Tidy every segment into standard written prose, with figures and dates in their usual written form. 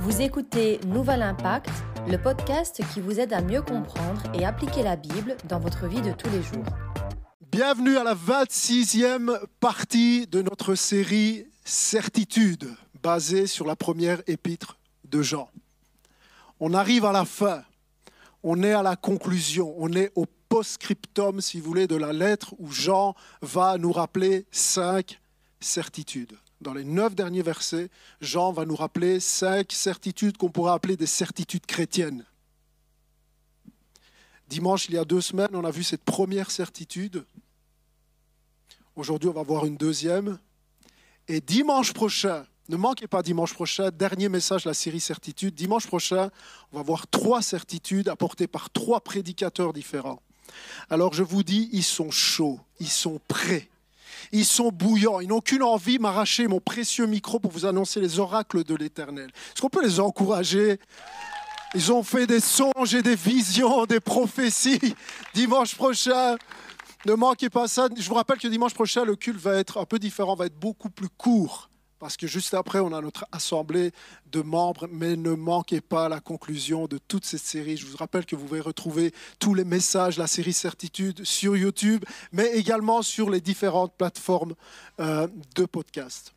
Vous écoutez Nouvel Impact, le podcast qui vous aide à mieux comprendre et appliquer la Bible dans votre vie de tous les jours. Bienvenue à la 26e partie de notre série Certitude, basée sur la première épître de Jean. On arrive à la fin, on est à la conclusion, on est au post-scriptum, si vous voulez, de la lettre où Jean va nous rappeler 5 certitudes. Dans les 9 derniers versets, Jean va nous rappeler 5 certitudes qu'on pourrait appeler des certitudes chrétiennes. Dimanche, il y a 2 semaines, on a vu cette première certitude. Aujourd'hui, on va voir une deuxième. Et dimanche prochain, ne manquez pas dimanche prochain, dernier message de la série Certitude. Dimanche prochain, on va voir 3 certitudes apportées par 3 prédicateurs différents. Alors je vous dis, ils sont chauds, ils sont prêts. Ils sont bouillants, ils n'ont qu'une envie, m'arracher mon précieux micro pour vous annoncer les oracles de l'Éternel. Est-ce qu'on peut les encourager ? Ils ont fait des songes et des visions, des prophéties. Dimanche prochain, ne manquez pas ça. Je vous rappelle que dimanche prochain, le culte va être un peu différent, va être beaucoup plus court. Parce que juste après, on a notre assemblée de membres, mais ne manquez pas la conclusion de toute cette série. Je vous rappelle que vous pouvez retrouver tous les messages, la série Certitude sur YouTube, mais également sur les différentes plateformes de podcast.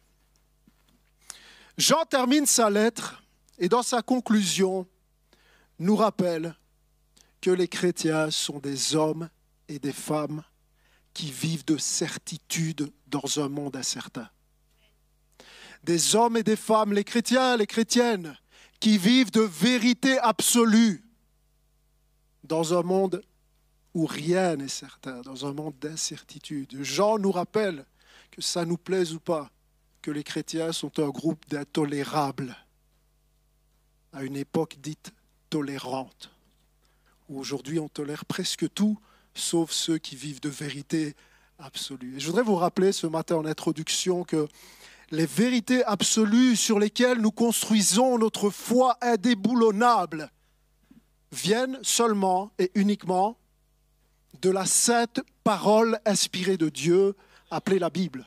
Jean termine sa lettre et dans sa conclusion, nous rappelle que les chrétiens sont des hommes et des femmes qui vivent de certitude dans un monde incertain. Des hommes et des femmes, les chrétiens, les chrétiennes, qui vivent de vérité absolue dans un monde où rien n'est certain, dans un monde d'incertitude. Jean nous rappelle que ça nous plaise ou pas, que les chrétiens sont un groupe d'intolérables à une époque dite tolérante, où aujourd'hui on tolère presque tout, sauf ceux qui vivent de vérité absolue. Et je voudrais vous rappeler ce matin en introduction que les vérités absolues sur lesquelles nous construisons notre foi indéboulonnable viennent seulement et uniquement de la sainte parole inspirée de Dieu, appelée la Bible.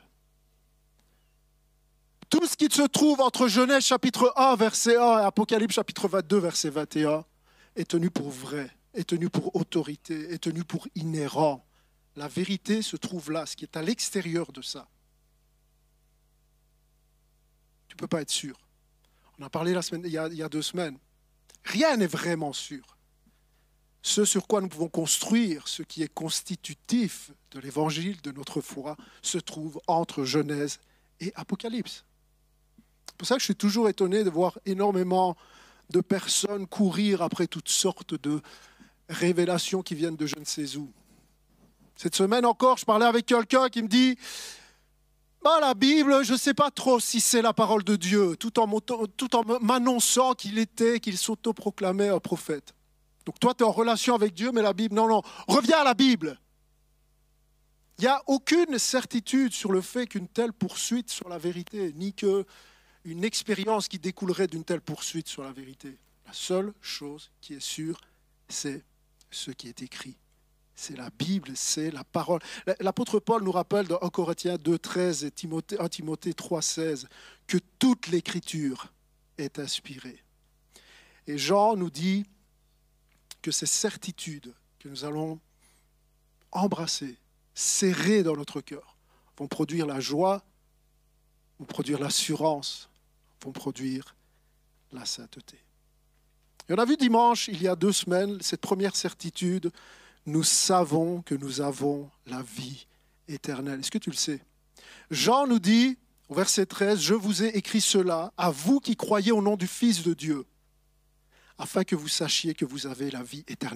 Tout ce qui se trouve entre Genèse chapitre 1, verset 1 et Apocalypse chapitre 22, verset 21 est tenu pour vrai, est tenu pour autorité, est tenu pour inhérent. La vérité se trouve là, ce qui est à l'extérieur de ça. Tu ne peux pas être sûr. On en a parlé il y a 2 semaines. Rien n'est vraiment sûr. Ce sur quoi nous pouvons construire, ce qui est constitutif de l'évangile, de notre foi, se trouve entre Genèse et Apocalypse. C'est pour ça que je suis toujours étonné de voir énormément de personnes courir après toutes sortes de révélations qui viennent de je ne sais où. Cette semaine encore, je parlais avec quelqu'un qui me dit la Bible, je ne sais pas trop si c'est la parole de Dieu, tout en m'annonçant qu'il s'autoproclamait un prophète. Donc toi, tu es en relation avec Dieu, mais la Bible, non, reviens à la Bible. Il n'y a aucune certitude sur le fait qu'une telle poursuite sur la vérité, ni qu'une expérience qui découlerait d'une telle poursuite sur la vérité. La seule chose qui est sûre, c'est ce qui est écrit. C'est la Bible, c'est la parole. L'apôtre Paul nous rappelle dans 1 Corinthiens 2,13 et 1 Timothée 3,16 que toute l'écriture est inspirée. Et Jean nous dit que ces certitudes que nous allons embrasser, serrer dans notre cœur, vont produire la joie, vont produire l'assurance, vont produire la sainteté. Et on a vu dimanche, il y a 2 semaines, cette première certitude. Nous savons que nous avons la vie éternelle. Est-ce que tu le sais ? Jean nous dit, au verset 13, « Je vous ai écrit cela, à vous qui croyez au nom du Fils de Dieu, afin que vous sachiez que vous avez la vie éternelle. »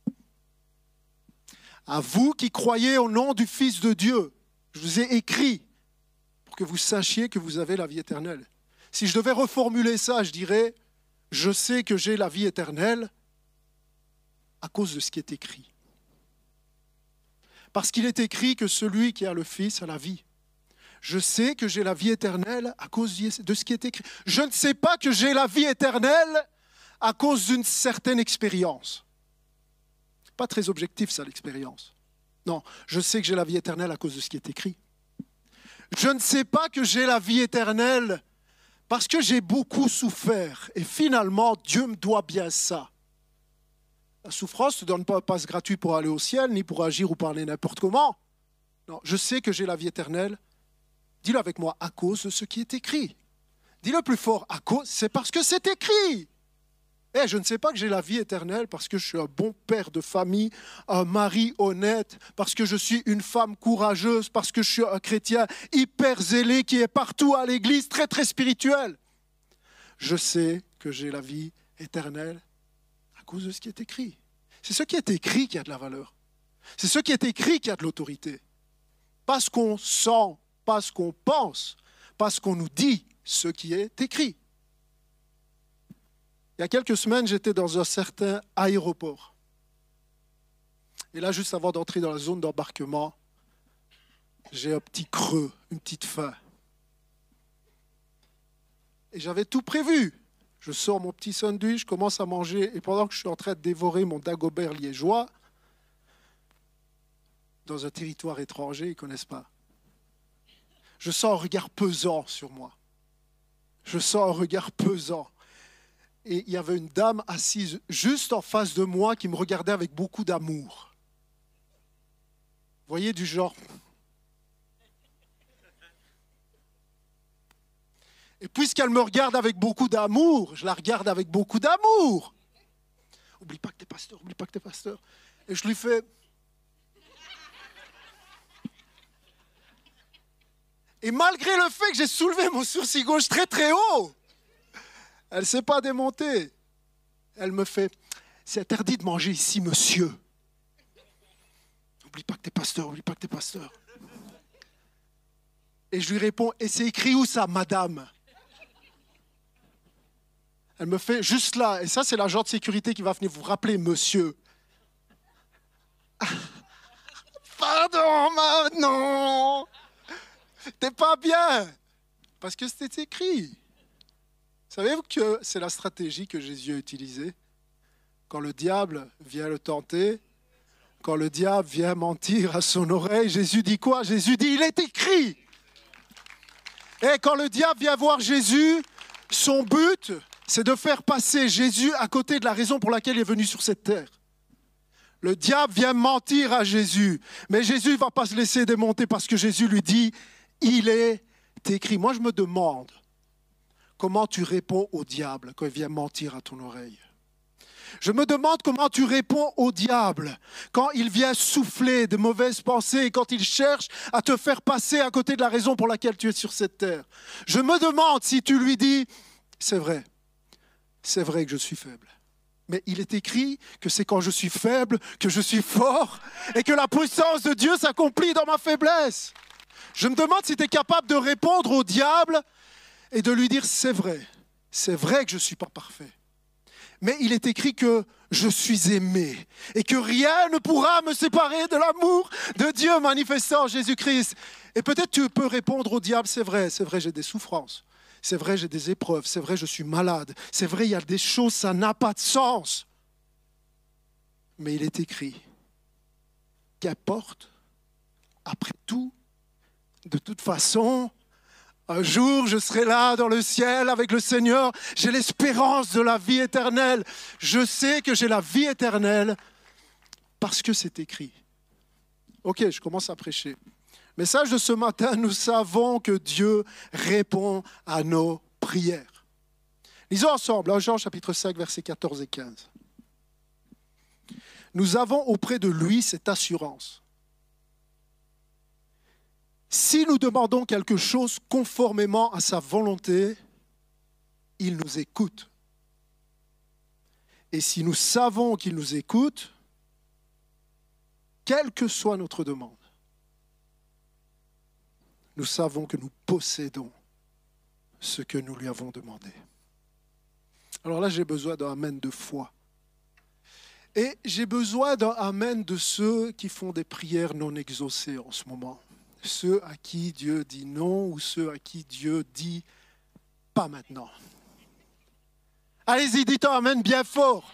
À vous qui croyez au nom du Fils de Dieu, je vous ai écrit pour que vous sachiez que vous avez la vie éternelle. Si je devais reformuler ça, je dirais, je sais que j'ai la vie éternelle à cause de ce qui est écrit. Parce qu'il est écrit que celui qui a le Fils a la vie. Je sais que j'ai la vie éternelle à cause de ce qui est écrit. Je ne sais pas que j'ai la vie éternelle à cause d'une certaine expérience. Pas très objectif ça, l'expérience. Non, je sais que j'ai la vie éternelle à cause de ce qui est écrit. Je ne sais pas que j'ai la vie éternelle Parce que j'ai beaucoup souffert et finalement, Dieu me doit bien ça. La souffrance ne te donne pas un passe gratuit pour aller au ciel, ni pour agir ou parler n'importe comment. Non, je sais que j'ai la vie éternelle. Dis-le avec moi, à cause de ce qui est écrit. Dis-le plus fort, à cause, c'est parce que c'est écrit. Je ne sais pas que j'ai la vie éternelle parce que je suis un bon père de famille, un mari honnête, parce que je suis une femme courageuse, parce que je suis un chrétien hyper zélé qui est partout à l'église, très très spirituel. Je sais que j'ai la vie éternelle à cause de ce qui est écrit. C'est ce qui est écrit qui a de la valeur. C'est ce qui est écrit qui a de l'autorité. Pas ce qu'on sent, pas ce qu'on pense, pas ce qu'on nous dit, ce qui est écrit. Il y a quelques semaines, j'étais dans un certain aéroport. Et là, juste avant d'entrer dans la zone d'embarquement, j'ai un petit creux, une petite faim. Et j'avais tout prévu. Je sors mon petit sandwich, je commence à manger, et pendant que je suis en train de dévorer mon dagobert liégeois, dans un territoire étranger, ils ne connaissent pas, je sens un regard pesant sur moi. Je sens un regard pesant. Et il y avait une dame assise juste en face de moi qui me regardait avec beaucoup d'amour. Vous voyez, du genre. Et puisqu'elle me regarde avec beaucoup d'amour, je la regarde avec beaucoup d'amour. Oublie pas que t'es pasteur, oublie pas que t'es pasteur. Et je lui fais. Et malgré le fait que j'ai soulevé mon sourcil gauche très très haut, elle ne s'est pas démontée. Elle me fait, c'est interdit de manger ici, monsieur. N'oublie pas que t'es pasteur, oublie pas que t'es pasteur. Et je lui réponds, et c'est écrit où ça, madame? Elle me fait, juste là. Et ça, c'est l'agent de sécurité qui va venir vous rappeler, monsieur. Pardon, non. T'es pas bien. Parce que c'était écrit. Savez-vous que c'est la stratégie que Jésus a utilisée? Quand le diable vient le tenter, quand le diable vient mentir à son oreille, Jésus dit quoi? Jésus dit, il est écrit. Et quand le diable vient voir Jésus, son but, c'est de faire passer Jésus à côté de la raison pour laquelle il est venu sur cette terre. Le diable vient mentir à Jésus, mais Jésus ne va pas se laisser démonter parce que Jésus lui dit, il est écrit. Moi, je me demande, comment tu réponds au diable quand il vient mentir à ton oreille? Je me demande comment tu réponds au diable quand il vient souffler de mauvaises pensées et quand il cherche à te faire passer à côté de la raison pour laquelle tu es sur cette terre. Je me demande si tu lui dis, c'est vrai que je suis faible. Mais il est écrit que c'est quand je suis faible que je suis fort et que la puissance de Dieu s'accomplit dans ma faiblesse. Je me demande si tu es capable de répondre au diable et de lui dire, c'est vrai que je ne suis pas parfait. Mais il est écrit que je suis aimé et que rien ne pourra me séparer de l'amour de Dieu manifesté en Jésus-Christ. Et peut-être tu peux répondre au diable, c'est vrai, j'ai des souffrances. C'est vrai, j'ai des épreuves. C'est vrai, je suis malade. C'est vrai, il y a des choses, ça n'a pas de sens. Mais il est écrit, qu'importe, après tout, de toute façon, un jour, je serai là dans le ciel avec le Seigneur. J'ai l'espérance de la vie éternelle. Je sais que j'ai la vie éternelle parce que c'est écrit. Ok, je commence à prêcher. Message de ce matin, nous savons que Dieu répond à nos prières. Lisons ensemble, Jean chapitre 5, versets 14 et 15. Nous avons auprès de lui cette assurance. Si nous demandons quelque chose conformément à sa volonté, il nous écoute. Et si nous savons qu'il nous écoute, quelle que soit notre demande, nous savons que nous possédons ce que nous lui avons demandé. Alors là, j'ai besoin d'un amen de foi. Et j'ai besoin d'un amen de ceux qui font des prières non exaucées en ce moment. Ceux à qui Dieu dit non ou ceux à qui Dieu dit pas maintenant. Allez-y, dites un amen bien fort.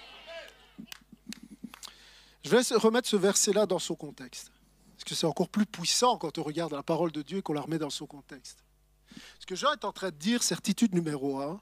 Je vais remettre ce verset-là dans son contexte. Parce que c'est encore plus puissant quand on regarde la parole de Dieu et qu'on la remet dans son contexte. Ce que Jean est en train de dire, certitude numéro 1,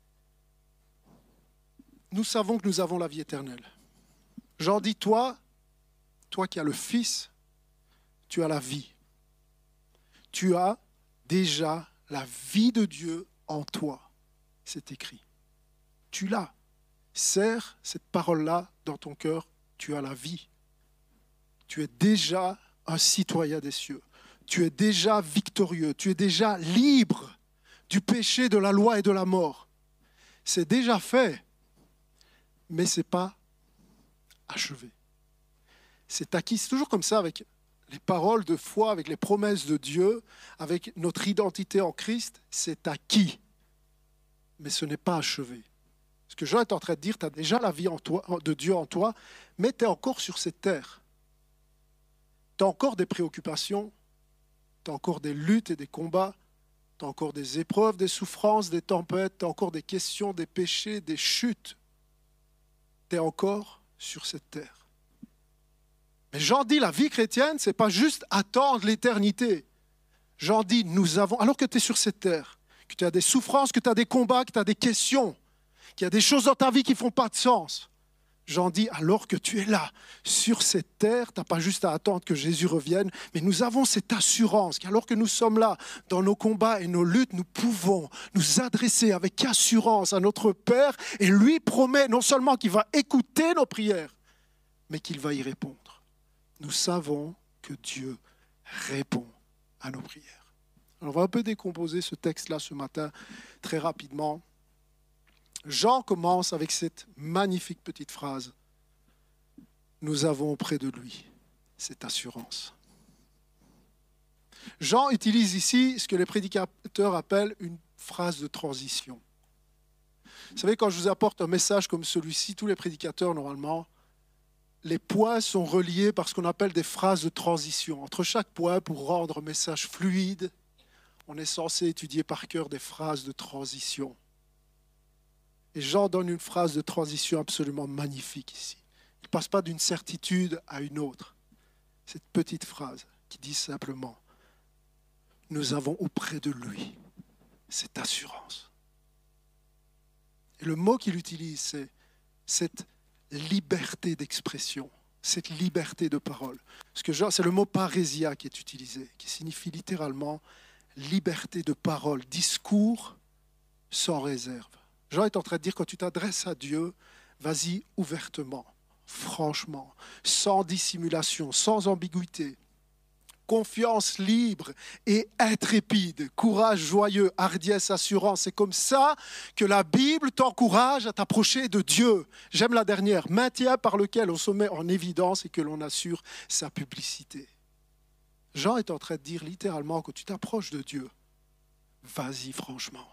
nous savons que nous avons la vie éternelle. Jean dit, toi qui as le Fils, tu as la vie. Tu as déjà la vie de Dieu en toi. C'est écrit. Tu l'as. Serre cette parole-là dans ton cœur. Tu as la vie. Tu es déjà un citoyen des cieux. Tu es déjà victorieux. Tu es déjà libre du péché, de la loi et de la mort. C'est déjà fait, mais ce n'est pas achevé. C'est acquis. C'est toujours comme ça avec les paroles de foi, avec les promesses de Dieu, avec notre identité en Christ. C'est acquis, mais ce n'est pas achevé. Ce que Jean est en train de dire, tu as déjà la vie en toi, de Dieu en toi, mais tu es encore sur cette terre. Tu as encore des préoccupations, tu as encore des luttes et des combats, tu as encore des épreuves, des souffrances, des tempêtes, tu as encore des questions, des péchés, des chutes. Tu es encore sur cette terre. Mais Jean dit, la vie chrétienne, ce n'est pas juste attendre l'éternité. Jean dit, nous avons, alors que tu es sur cette terre, que tu as des souffrances, que tu as des combats, que tu as des questions, qu'il y a des choses dans ta vie qui ne font pas de sens. Jean dit, alors que tu es là, sur cette terre, tu n'as pas juste à attendre que Jésus revienne, mais nous avons cette assurance qu'alors que nous sommes là, dans nos combats et nos luttes, nous pouvons nous adresser avec assurance à notre Père et lui promet non seulement qu'il va écouter nos prières, mais qu'il va y répondre. Nous savons que Dieu répond à nos prières. Alors on va un peu décomposer ce texte-là ce matin très rapidement. Jean commence avec cette magnifique petite phrase. Nous avons auprès de lui cette assurance. Jean utilise ici ce que les prédicateurs appellent une phrase de transition. Vous savez, quand je vous apporte un message comme celui-ci, tous les prédicateurs, normalement, les points sont reliés par ce qu'on appelle des phrases de transition. Entre chaque point, pour rendre un message fluide, on est censé étudier par cœur des phrases de transition. Et Jean donne une phrase de transition absolument magnifique ici. Il ne passe pas d'une certitude à une autre. Cette petite phrase qui dit simplement « Nous avons auprès de lui cette assurance ». Et le mot qu'il utilise, c'est cette liberté d'expression, cette liberté de parole. Parce que c'est le mot parésia qui est utilisé, qui signifie littéralement liberté de parole, discours sans réserve. Jean est en train de dire, quand tu t'adresses à Dieu, vas-y ouvertement, franchement, sans dissimulation, sans ambiguïté. Confiance libre et intrépide, courage joyeux, hardiesse, assurance. C'est comme ça que la Bible t'encourage à t'approcher de Dieu. J'aime la dernière, maintien par lequel on se met en évidence et que l'on assure sa publicité. Jean est en train de dire littéralement, quand tu t'approches de Dieu, vas-y franchement.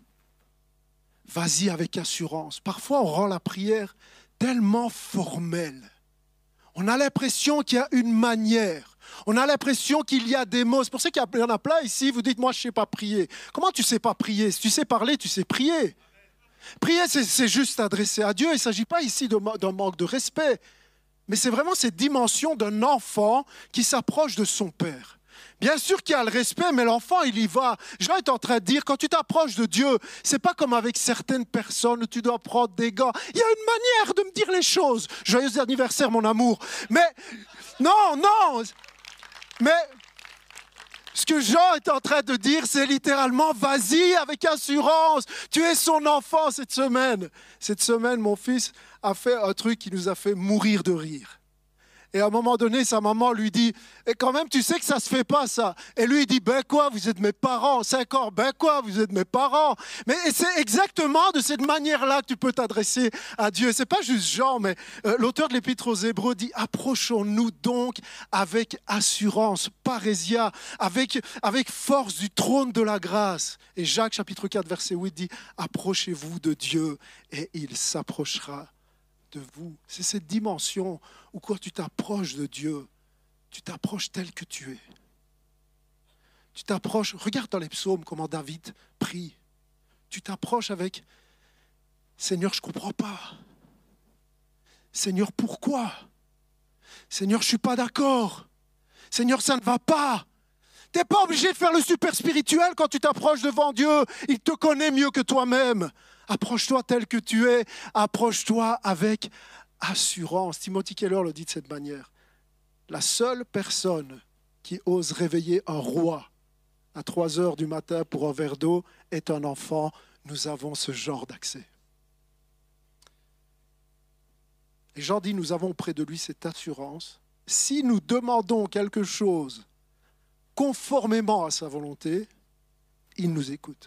Vas-y avec assurance. Parfois, on rend la prière tellement formelle. On a l'impression qu'il y a une manière. On a l'impression qu'il y a des mots. C'est pour ça qu'il y en a plein ici. Vous dites, moi, je ne sais pas prier. Comment tu ne sais pas prier? Si tu sais parler, tu sais prier. Prier, c'est juste s'adresser à Dieu. Il ne s'agit pas ici d'un manque de respect. Mais c'est vraiment cette dimension d'un enfant qui s'approche de son Père. Bien sûr qu'il y a le respect, mais l'enfant, il y va. Jean est en train de dire, quand tu t'approches de Dieu, ce n'est pas comme avec certaines personnes où tu dois prendre des gants. Il y a une manière de me dire les choses. Joyeux anniversaire, mon amour. Mais, non. Mais, ce que Jean est en train de dire, c'est littéralement, vas-y avec assurance. Tu es son enfant cette semaine. Cette semaine, mon fils a fait un truc qui nous a fait mourir de rire. Et à un moment donné, sa maman lui dit « Et quand même, tu sais que ça ne se fait pas, ça ?» Et lui, il dit « Ben quoi, vous êtes mes parents. » 5 ans, « Ben quoi, vous êtes mes parents. » Mais c'est exactement de cette manière-là que tu peux t'adresser à Dieu. Ce n'est pas juste Jean, mais l'auteur de l'Épître aux Hébreux dit « Approchons-nous donc avec assurance, parésia, avec force du trône de la grâce. » Et Jacques, chapitre 4, verset 8 dit « Approchez-vous de Dieu et il s'approchera de vous. » C'est cette dimension où quand tu t'approches de Dieu, tu t'approches tel que tu es. Tu t'approches, regarde dans les psaumes comment David prie. Tu t'approches avec « Seigneur, je ne comprends pas. Seigneur, pourquoi? Seigneur, je ne suis pas d'accord. Seigneur, ça ne va pas. » Tu n'es pas obligé de faire le super spirituel quand tu t'approches devant Dieu. Il te connaît mieux que toi-même. Approche-toi tel que tu es. Approche-toi avec assurance. Timothy Keller le dit de cette manière. La seule personne qui ose réveiller un roi à 3 heures du matin pour un verre d'eau est un enfant. Nous avons ce genre d'accès. Et Jean dit, nous avons auprès de lui cette assurance. Si nous demandons quelque chose conformément à sa volonté, il nous écoute.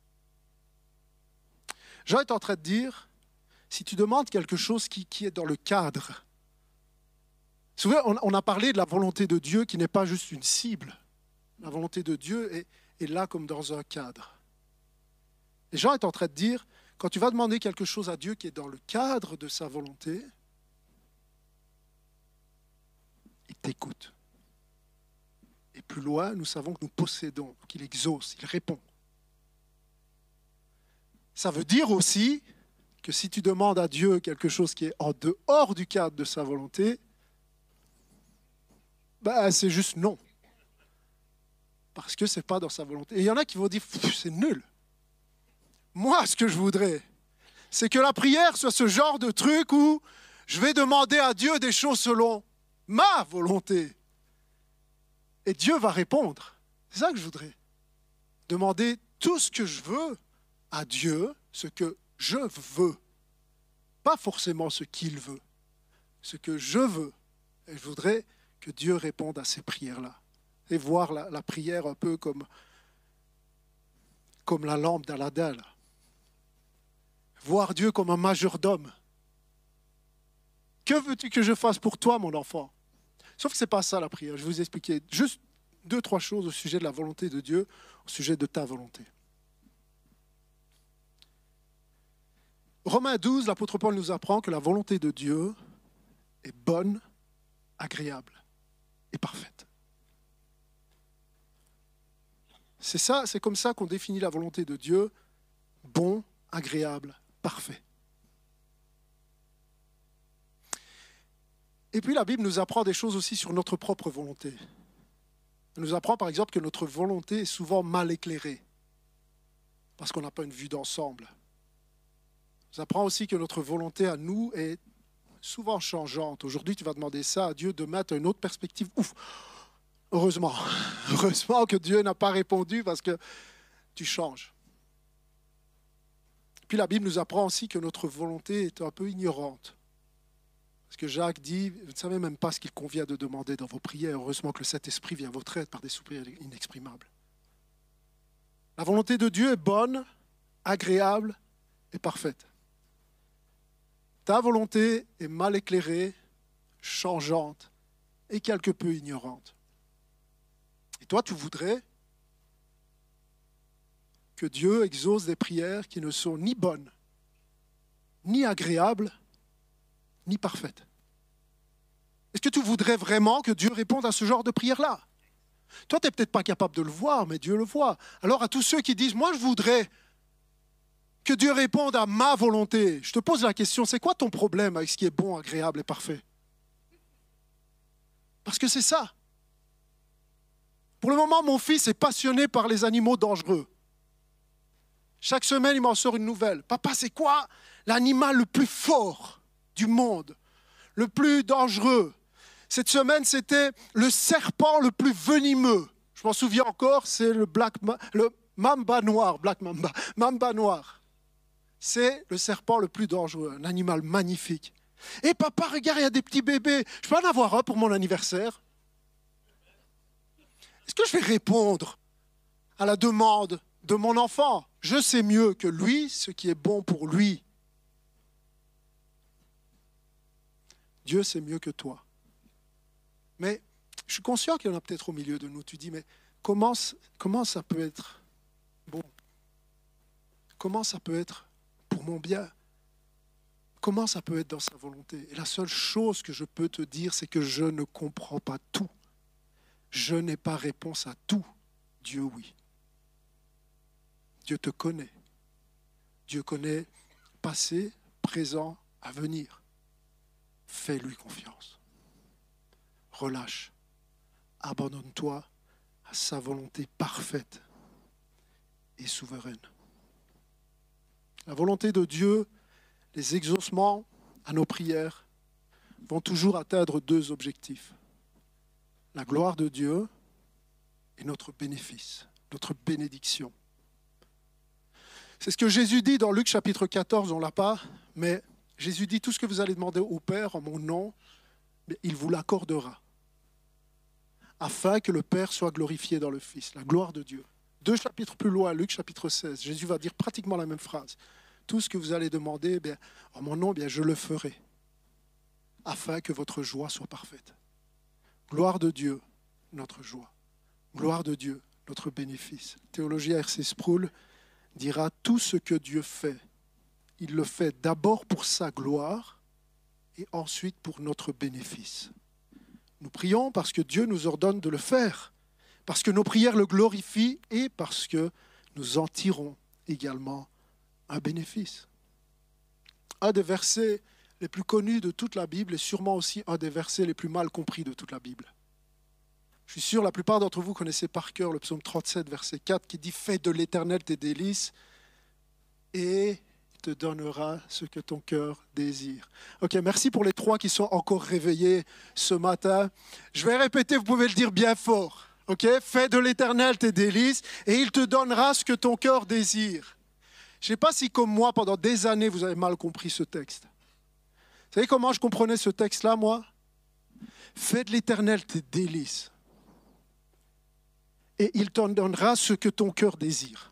Jean est en train de dire, si tu demandes quelque chose qui est dans le cadre, vous savez, on a parlé de la volonté de Dieu qui n'est pas juste une cible. La volonté de Dieu est là comme dans un cadre. Et Jean est en train de dire, quand tu vas demander quelque chose à Dieu qui est dans le cadre de sa volonté, il t'écoute. Et plus loin, nous savons que nous possédons, qu'il exauce, il répond. Ça veut dire aussi que si tu demandes à Dieu quelque chose qui est en dehors du cadre de sa volonté, c'est juste non. Parce que ce n'est pas dans sa volonté. Et il y en a qui vont dire, c'est nul. Moi, ce que je voudrais, c'est que la prière soit ce genre de truc où je vais demander à Dieu des choses selon ma volonté. Et Dieu va répondre. C'est ça que je voudrais. Demander tout ce que je veux à Dieu, ce que je veux. Pas forcément ce qu'il veut. Ce que je veux. Et je voudrais que Dieu réponde à ces prières-là. Et voir la prière un peu comme la lampe d'Aladin. Voir Dieu comme un majordome. Que veux-tu que je fasse pour toi, mon enfant? Sauf que ce n'est pas ça la prière. Je vais vous expliquer juste 2-3 choses au sujet de la volonté de Dieu, au sujet de ta volonté. Romains 12, l'apôtre Paul nous apprend que la volonté de Dieu est bonne, agréable et parfaite. C'est ça, c'est comme ça qu'on définit la volonté de Dieu, bon, agréable, parfait. Et puis la Bible nous apprend des choses aussi sur notre propre volonté. Elle nous apprend par exemple que notre volonté est souvent mal éclairée, parce qu'on n'a pas une vue d'ensemble. Elle nous apprend aussi que notre volonté à nous est souvent changeante. Aujourd'hui, tu vas demander ça à Dieu, demain, tu as une autre perspective. Ouf! Heureusement que Dieu n'a pas répondu parce que tu changes. Puis la Bible nous apprend aussi que notre volonté est un peu ignorante. Parce que Jacques dit, vous ne savez même pas ce qu'il convient de demander dans vos prières. Heureusement que le Saint-Esprit vient à votre aide par des soupirs inexprimables. La volonté de Dieu est bonne, agréable et parfaite. Ta volonté est mal éclairée, changeante et quelque peu ignorante. Et toi, tu voudrais que Dieu exauce des prières qui ne sont ni bonnes, ni agréables, ni parfaites. Est-ce que tu voudrais vraiment que Dieu réponde à ce genre de prière-là? Toi, tu n'es peut-être pas capable de le voir, mais Dieu le voit. Alors à tous ceux qui disent, moi je voudrais que Dieu réponde à ma volonté, je te pose la question, c'est quoi ton problème avec ce qui est bon, agréable et parfait? Parce que c'est ça. Pour le moment, mon fils est passionné par les animaux dangereux. Chaque semaine, il m'en sort une nouvelle. Papa, c'est quoi l'animal le plus fort du monde, le plus dangereux? Cette semaine, c'était le serpent le plus venimeux. Je m'en souviens encore, c'est le mamba noir, mamba noir. C'est le serpent le plus dangereux, un animal magnifique. Et papa, regarde, il y a des petits bébés. Je peux en avoir un pour mon anniversaire? Est-ce que je vais répondre à la demande de mon enfant? Je sais mieux que lui ce qui est bon pour lui. Dieu sait mieux que toi. Mais je suis conscient qu'il y en a peut-être au milieu de nous. Tu dis, mais comment ça peut être bon? Comment ça peut être pour mon bien? Comment ça peut être dans sa volonté? Et la seule chose que je peux te dire, c'est que je ne comprends pas tout. Je n'ai pas réponse à tout. Dieu, oui. Dieu te connaît. Dieu connaît passé, présent, avenir. Fais-lui confiance. Relâche. Abandonne-toi à sa volonté parfaite et souveraine. La volonté de Dieu, les exaucements à nos prières vont toujours atteindre deux objectifs. La gloire de Dieu et notre bénéfice, notre bénédiction. C'est ce que Jésus dit dans Luc chapitre 14, on ne l'a pas, mais Jésus dit tout ce que vous allez demander au Père en mon nom, mais il vous l'accordera, afin que le Père soit glorifié dans le Fils, la gloire de Dieu. 2 chapitres plus loin, Luc chapitre 16, Jésus va dire pratiquement la même phrase. Tout ce que vous allez demander, en mon nom, je le ferai, afin que votre joie soit parfaite. Gloire de Dieu, notre joie. Gloire de Dieu, notre bénéfice. Le théologien R.C. Sproul dira tout ce que Dieu fait, il le fait d'abord pour sa gloire et ensuite pour notre bénéfice. Nous prions parce que Dieu nous ordonne de le faire, parce que nos prières le glorifient et parce que nous en tirons également un bénéfice. Un des versets les plus connus de toute la Bible et sûrement aussi un des versets les plus mal compris de toute la Bible. Je suis sûr, la plupart d'entre vous connaissez par cœur le psaume 37, verset 4, qui dit « Fais de l'Éternel tes délices et il te donnera ce que ton cœur désire. » Ok, merci pour les 3 qui sont encore réveillés ce matin. Je vais répéter, vous pouvez le dire bien fort. Ok, fais de l'Éternel tes délices et il te donnera ce que ton cœur désire. Je ne sais pas si, comme moi, pendant des années, vous avez mal compris ce texte. Vous savez comment je comprenais ce texte-là, moi? Fais de l'Éternel tes délices et il t'en donnera ce que ton cœur désire.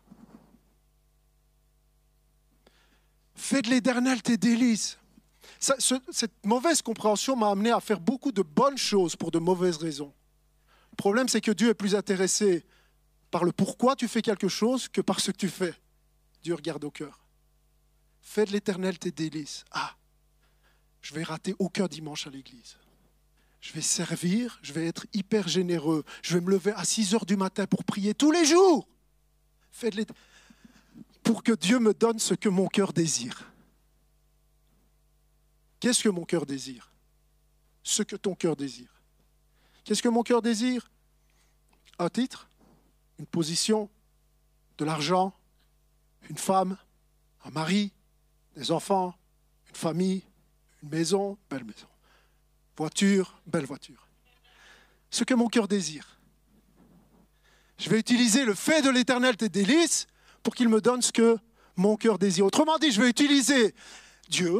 Fais de l'Éternel tes délices. Cette mauvaise compréhension m'a amené à faire beaucoup de bonnes choses pour de mauvaises raisons. Le problème, c'est que Dieu est plus intéressé par le pourquoi tu fais quelque chose que par ce que tu fais. Dieu regarde au cœur. Fais de l'Éternel tes délices. Ah, je vais rater aucun dimanche à l'église. Je vais servir, je vais être hyper généreux. Je vais me lever à 6 heures du matin pour prier tous les jours. Fais de l'Éternel. Pour que Dieu me donne ce que mon cœur désire. Qu'est-ce que mon cœur désire? Ce que ton cœur désire. Qu'est-ce que mon cœur désire? Un titre, une position, de l'argent, une femme, un mari, des enfants, une famille, une maison, belle maison, voiture, belle voiture. Ce que mon cœur désire. Je vais utiliser le fait de l'Éternel tes délices pour qu'il me donne ce que mon cœur désire. Autrement dit, je vais utiliser Dieu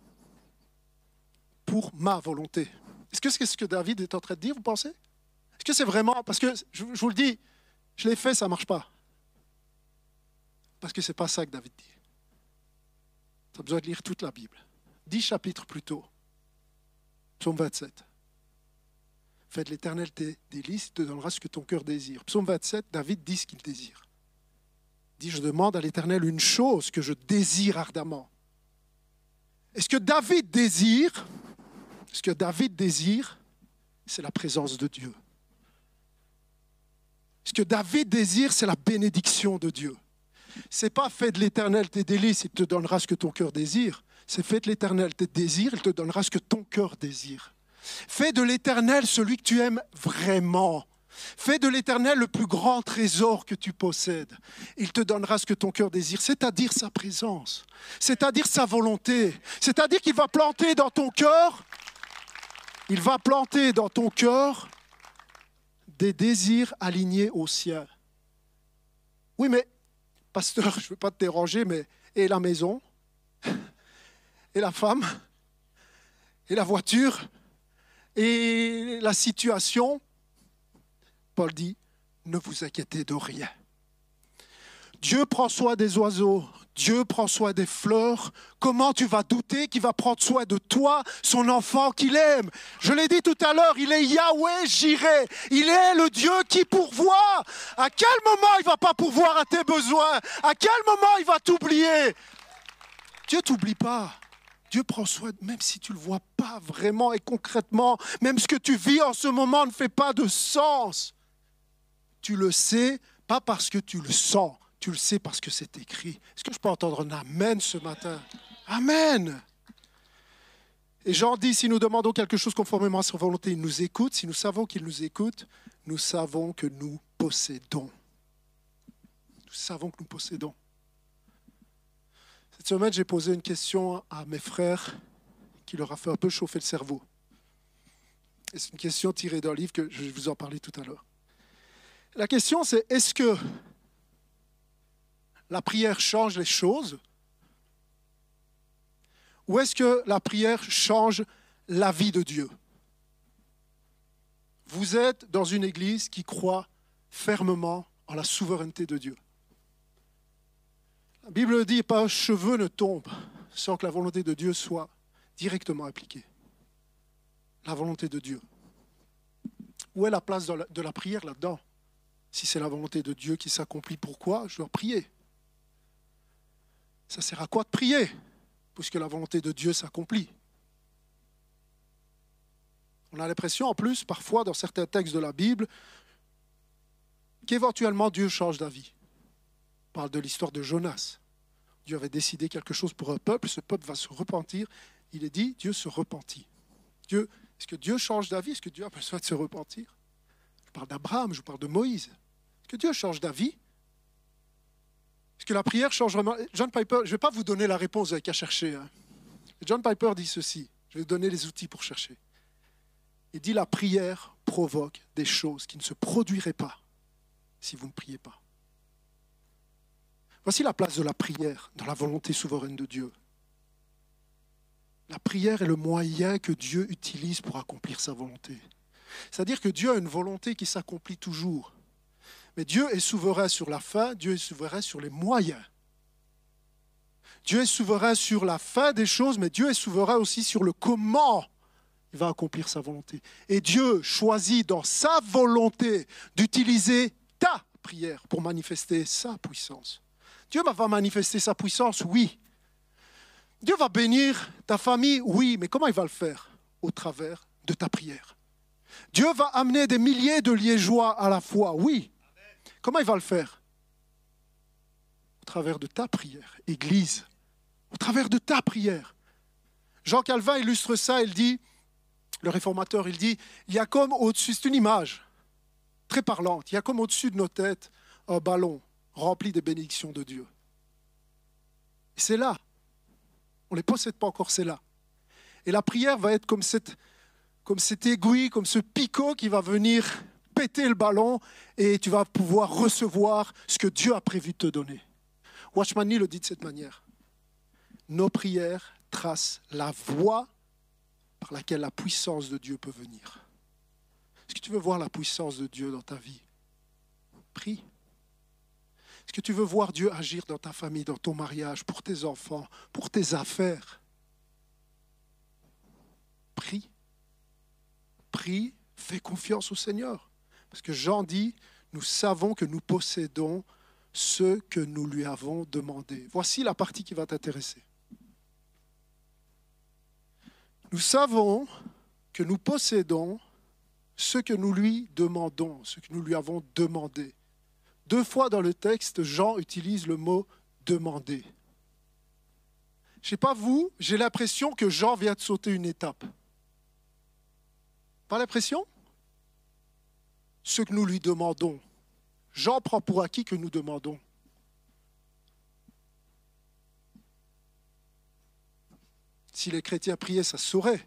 pour ma volonté. Est-ce que c'est ce que David est en train de dire, vous pensez? Est-ce que c'est vraiment... Parce que, je vous le dis, je l'ai fait, ça ne marche pas. Parce que ce n'est pas ça que David dit. Tu as besoin de lire toute la Bible. 10 chapitres plus tôt. Psaume 27. Fais de l'Éternel tes délices, il te donnera ce que ton cœur désire. Psaume 27, David dit ce qu'il désire. Il dit, je demande à l'Éternel une chose que je désire ardemment. Et ce que David désire, c'est la présence de Dieu. Ce que David désire, c'est la bénédiction de Dieu. C'est pas fais de l'Éternel tes délices, il te donnera ce que ton cœur désire. C'est fais de l'Éternel tes désirs, il te donnera ce que ton cœur désire. Fais de l'Éternel celui que tu aimes vraiment. Fais de l'Éternel le plus grand trésor que tu possèdes. Il te donnera ce que ton cœur désire, c'est-à-dire sa présence, c'est-à-dire sa volonté, c'est-à-dire qu'il va planter dans ton cœur, des désirs alignés aux siens. Oui, mais pasteur, je ne veux pas te déranger, mais et la maison, et la femme, et la voiture, et la situation. Paul dit, ne vous inquiétez de rien. Dieu prend soin des oiseaux, Dieu prend soin des fleurs. Comment tu vas douter qu'il va prendre soin de toi, son enfant qu'il aime? Je l'ai dit tout à l'heure, il est Yahweh Jireh. Il est le Dieu qui pourvoit. À quel moment il ne va pas pourvoir à tes besoins? À quel moment il va t'oublier? Dieu ne t'oublie pas. Dieu prend soin, même si tu ne le vois pas vraiment et concrètement, même ce que tu vis en ce moment ne fait pas de sens. Tu le sais, pas parce que tu le sens, tu le sais parce que c'est écrit. Est-ce que je peux entendre un amen ce matin? Amen. Et Jean dit, si nous demandons quelque chose conformément à sa volonté, il nous écoute. Si nous savons qu'il nous écoute, nous savons que nous possédons. Nous savons que nous possédons. Cette semaine, j'ai posé une question à mes frères qui leur a fait un peu chauffer le cerveau. Et c'est une question tirée d'un livre que je vais vous en parler tout à l'heure. La question, c'est est-ce que la prière change les choses ou est-ce que la prière change la vie de Dieu? Vous êtes dans une église qui croit fermement en la souveraineté de Dieu. La Bible dit pas un cheveu ne tombe sans que la volonté de Dieu soit directement appliquée. La volonté de Dieu. Où est la place de la prière là-dedans? Si c'est la volonté de Dieu qui s'accomplit, pourquoi je dois prier? Ça sert à quoi de prier? Puisque la volonté de Dieu s'accomplit. On a l'impression en plus, parfois dans certains textes de la Bible, qu'éventuellement Dieu change d'avis. On parle de l'histoire de Jonas. Dieu avait décidé quelque chose pour un peuple, ce peuple va se repentir. Il est dit, Dieu se repentit. Est-ce que Dieu change d'avis? Est-ce que Dieu a besoin de se repentir? Je parle d'Abraham, je parle de Moïse. Est-ce que Dieu change d'avis? Est-ce que la prière change vraiment? John Piper, je ne vais pas vous donner la réponse, vous n'avez qu'à chercher. Hein. John Piper dit ceci, je vais vous donner les outils pour chercher. Il dit la prière provoque des choses qui ne se produiraient pas si vous ne priez pas. Voici la place de la prière dans la volonté souveraine de Dieu. La prière est le moyen que Dieu utilise pour accomplir sa volonté. C'est-à-dire que Dieu a une volonté qui s'accomplit toujours. Mais Dieu est souverain sur la fin, Dieu est souverain sur les moyens. Dieu est souverain sur la fin des choses, mais Dieu est souverain aussi sur le comment il va accomplir sa volonté. Et Dieu choisit dans sa volonté d'utiliser ta prière pour manifester sa puissance. Dieu va manifester sa puissance, oui. Dieu va bénir ta famille, oui, mais comment il va le faire? Au travers de ta prière. Dieu va amener des milliers de liégeois à la fois, oui. Comment il va le faire? Au travers de ta prière, Église. Au travers de ta prière. Jean Calvin illustre ça, il dit, le réformateur, il dit, il y a comme au-dessus, c'est une image très parlante, il y a comme au-dessus de nos têtes un ballon rempli des bénédictions de Dieu. Et c'est là. On ne les possède pas encore, c'est là. Et la prière va être comme cette aiguille, comme ce picot qui va venir péter le ballon et tu vas pouvoir recevoir ce que Dieu a prévu de te donner. Watchman Nee le dit de cette manière. Nos prières tracent la voie par laquelle la puissance de Dieu peut venir. Est-ce que tu veux voir la puissance de Dieu dans ta vie? Prie. Est-ce que tu veux voir Dieu agir dans ta famille, dans ton mariage, pour tes enfants, pour tes affaires? Prie. Prie, fais confiance au Seigneur. Parce que Jean dit, nous savons que nous possédons ce que nous lui avons demandé. Voici la partie qui va t'intéresser. Nous savons que nous possédons ce que nous lui demandons, ce que nous lui avons demandé. 2 fois dans le texte, Jean utilise le mot « demander ». Je ne sais pas vous, j'ai l'impression que Jean vient de sauter une étape. Pas l'impression? Ce que nous lui demandons. Jean prend pour acquis que nous demandons. Si les chrétiens priaient, ça se saurait.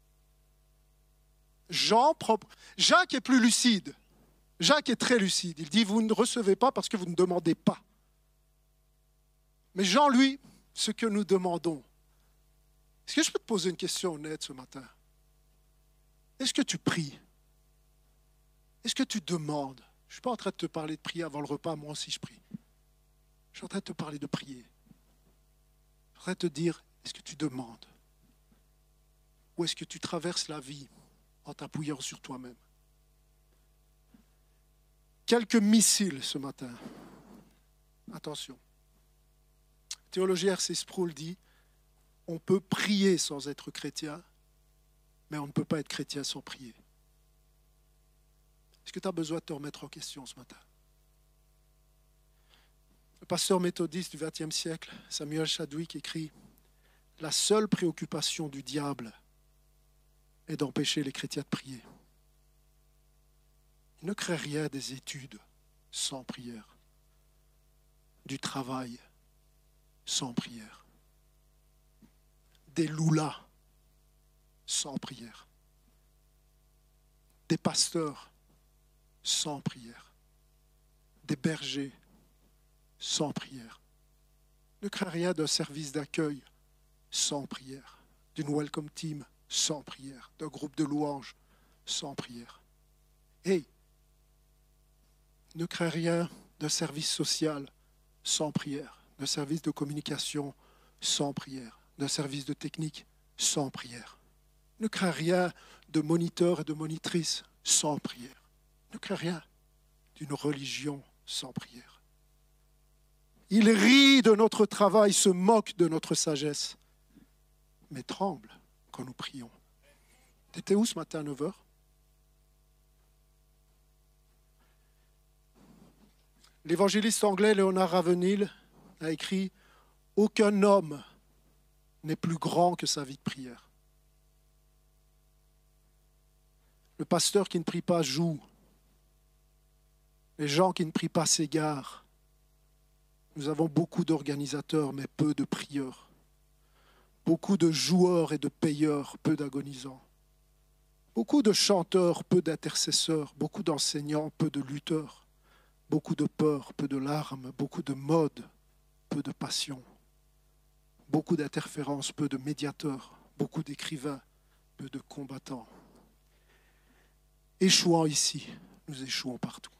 Jacques est plus lucide. Jacques est très lucide. Il dit, vous ne recevez pas parce que vous ne demandez pas. Mais Jean, lui, ce que nous demandons. Est-ce que je peux te poser une question honnête ce matin? Est-ce que tu pries? Est-ce que tu demandes? Je ne suis pas en train de te parler de prier avant le repas, moi aussi je prie. Je suis en train de te parler de prier. Je suis en train de te dire, est-ce que tu demandes? Ou est-ce que tu traverses la vie en t'appuyant sur toi-même? Quelques missiles ce matin. Attention. Le théologien R.C. Sproul dit, on peut prier sans être chrétien, mais on ne peut pas être chrétien sans prier. Est-ce que tu as besoin de te remettre en question ce matin? Le pasteur méthodiste du XXe siècle, Samuel Chadwick, écrit « La seule préoccupation du diable est d'empêcher les chrétiens de prier. Il ne crée rien des études sans prière. Du travail sans prière. Des loulas sans prière. Des pasteurs sans prière. Des bergers sans prière. Ne crains rien d'un service d'accueil sans prière. D'une welcome team sans prière. D'un groupe de louanges sans prière. Hey, ne crains rien d'un service social sans prière. D'un service de communication sans prière. D'un service de technique sans prière. Ne crains rien de moniteur et de monitrice sans prière. Ne crains rien d'une religion sans prière. Il rit de notre travail, se moque de notre sagesse, mais tremble quand nous prions. T'étais où ce matin à 9h? L'évangéliste anglais Léonard Ravenhill a écrit « Aucun homme n'est plus grand que sa vie de prière. » Le pasteur qui ne prie pas joue. Les gens qui ne prient pas s'égarent. Nous avons beaucoup d'organisateurs, mais peu de prieurs. Beaucoup de joueurs et de payeurs, peu d'agonisants. Beaucoup de chanteurs, peu d'intercesseurs. Beaucoup d'enseignants, peu de lutteurs. Beaucoup de peur, peu de larmes. Beaucoup de mode, peu de passion. Beaucoup d'interférences, peu de médiateurs. Beaucoup d'écrivains, peu de combattants. Échouant ici, nous échouons partout.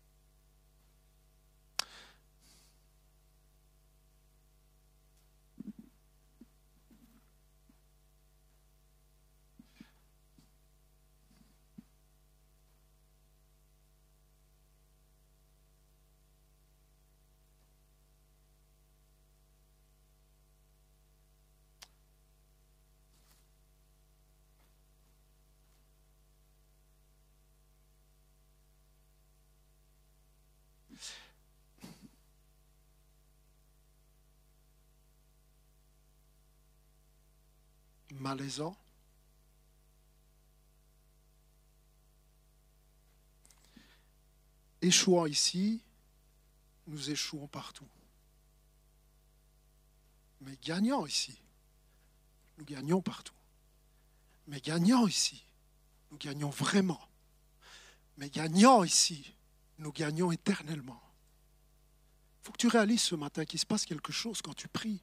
Malaisant. Échouant ici, nous échouons partout. Mais gagnant ici, nous gagnons partout. Mais gagnant ici, nous gagnons vraiment. Mais gagnant ici, nous gagnons éternellement. Il faut que tu réalises ce matin qu'il se passe quelque chose quand tu pries.